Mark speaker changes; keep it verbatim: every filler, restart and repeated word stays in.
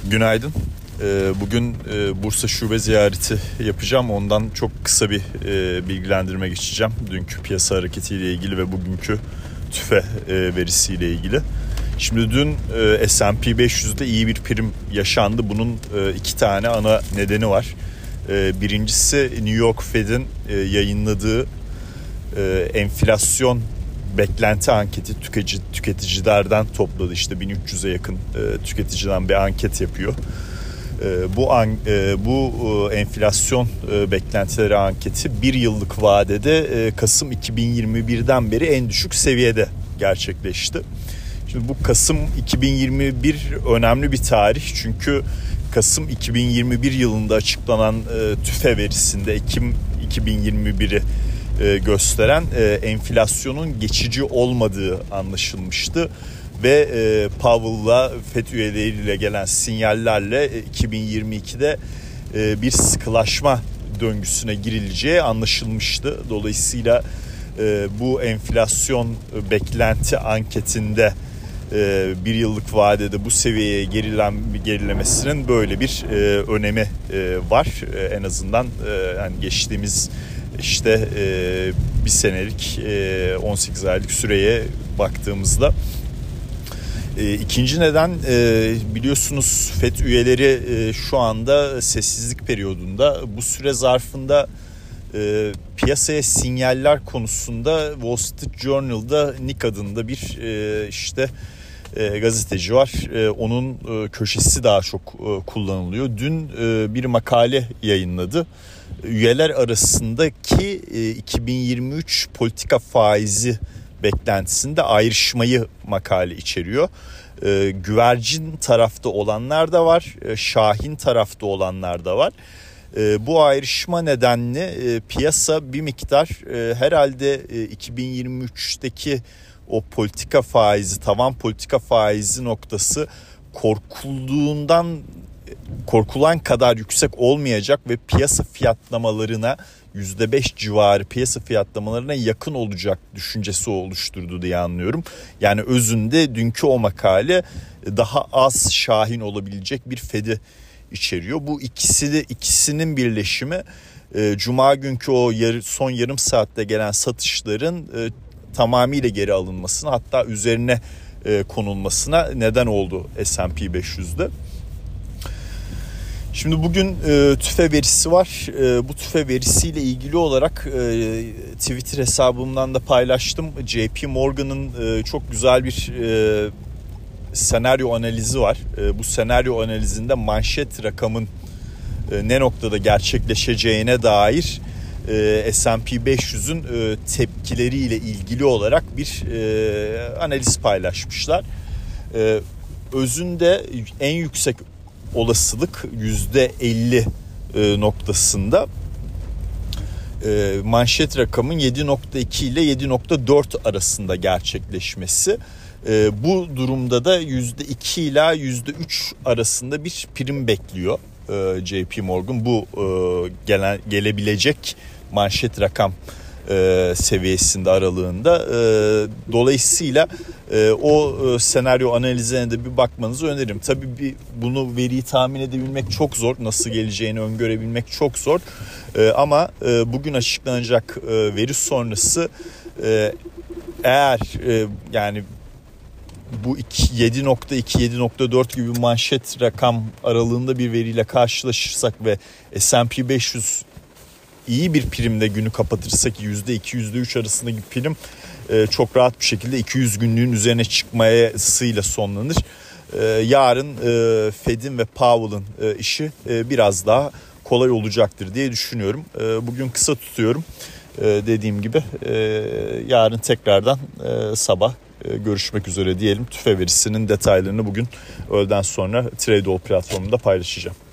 Speaker 1: Günaydın. Bugün Bursa Şube ziyareti yapacağım. Ondan çok kısa bir bilgilendirme geçeceğim. Dünkü piyasa hareketiyle ilgili ve bugünkü tüfe verisiyle ilgili. Şimdi dün S and P beş yüzde iyi bir prim yaşandı. Bunun iki tane ana nedeni var. Birincisi New York Fed'in yayınladığı enflasyon beklenti anketi tüketici, tüketicilerden topladı. İşte bin üç yüze yakın e, tüketiciden bir anket yapıyor. E, bu an, e, bu e, enflasyon e, beklentileri anketi bir yıllık vadede e, Kasım iki bin yirmi birden beri en düşük seviyede gerçekleşti. Şimdi bu Kasım iki bin yirmi bir önemli bir tarih, çünkü Kasım iki bin yirmi bir yılında açıklanan e, tüfe verisinde Ekim iki bin yirmi biri gösteren enflasyonun geçici olmadığı anlaşılmıştı ve Powell'la Fed üyeleriyle gelen sinyallerle iki bin yirmi ikide bir sıkılaşma döngüsüne girileceği anlaşılmıştı. Dolayısıyla bu enflasyon beklenti anketinde bir yıllık vadede bu seviyeye gerilen gerilemesinin böyle bir önemi var. En azından yani geçtiğimiz İşte e, bir senelik e, on sekiz aylık süreye baktığımızda. E, ikinci neden e, biliyorsunuz Fed üyeleri e, şu anda sessizlik periyodunda. Bu süre zarfında e, piyasaya sinyaller konusunda Wall Street Journal'da Nick adında bir e, işte e, gazeteci var. E, onun e, köşesi daha çok e, kullanılıyor. Dün e, bir makale yayınladı. Üyeler arasındaki iki bin yirmi üç politika faizi beklentisinde ayrışmayı makale içeriyor. Güvercin tarafta olanlar da var, şahin tarafta olanlar da var. Bu ayrışma nedenli piyasa bir miktar herhalde iki bin yirmi üçteki o politika faizi, tavan politika faizi noktası korkulduğundan korkulan kadar yüksek olmayacak ve piyasa fiyatlamalarına yüzde beş civarı piyasa fiyatlamalarına yakın olacak düşüncesi oluşturdu diye anlıyorum. Yani özünde dünkü o makale daha az şahin olabilecek bir Fed'i içeriyor. Bu ikisi de ikisinin birleşimi Cuma günkü o yarı, son yarım saatte gelen satışların e, tamamıyla geri alınmasına, hatta üzerine e, konulmasına neden oldu S and P beş yüzde. Şimdi bugün e, tüfe verisi var. E, bu tüfe verisiyle ilgili olarak e, Twitter hesabımdan da paylaştım. J P Morgan'ın e, çok güzel bir e, senaryo analizi var. E, bu senaryo analizinde manşet rakamın e, ne noktada gerçekleşeceğine dair e, S and P beş yüzün e, tepkileriyle ilgili olarak bir e, analiz paylaşmışlar. E, özünde en yüksek olasılık yüzde elli e, noktasında e, manşet rakamın yedi nokta iki ile yedi nokta dört arasında gerçekleşmesi. E, bu durumda da yüzde iki ila yüzde üç arasında bir prim bekliyor e, J P Morgan. Bu e, gelen gelebilecek manşet rakam E, seviyesinde aralığında. E, dolayısıyla e, o e, senaryo analizine de bir bakmanızı öneririm. Tabii bir, bunu veriyi tahmin edebilmek çok zor. Nasıl geleceğini öngörebilmek çok zor. E, ama e, bugün açıklanacak e, veri sonrası e, eğer e, yani bu yedi nokta iki yedi nokta dört gibi manşet rakam aralığında bir veriyle karşılaşırsak ve S and P beş yüz iyi bir primle günü kapatırsak yüzde iki yüzde üç arasındaki prim e, çok rahat bir şekilde iki yüz günlüğün üzerine çıkmasıyla sonlanır. E, yarın e, Fed'in ve Powell'ın e, işi e, biraz daha kolay olacaktır diye düşünüyorum. E, bugün kısa tutuyorum. E, dediğim gibi e, yarın tekrardan e, sabah e, görüşmek üzere diyelim. Tüfe verisinin detaylarını bugün öğleden sonra Tradeall platformunda paylaşacağım.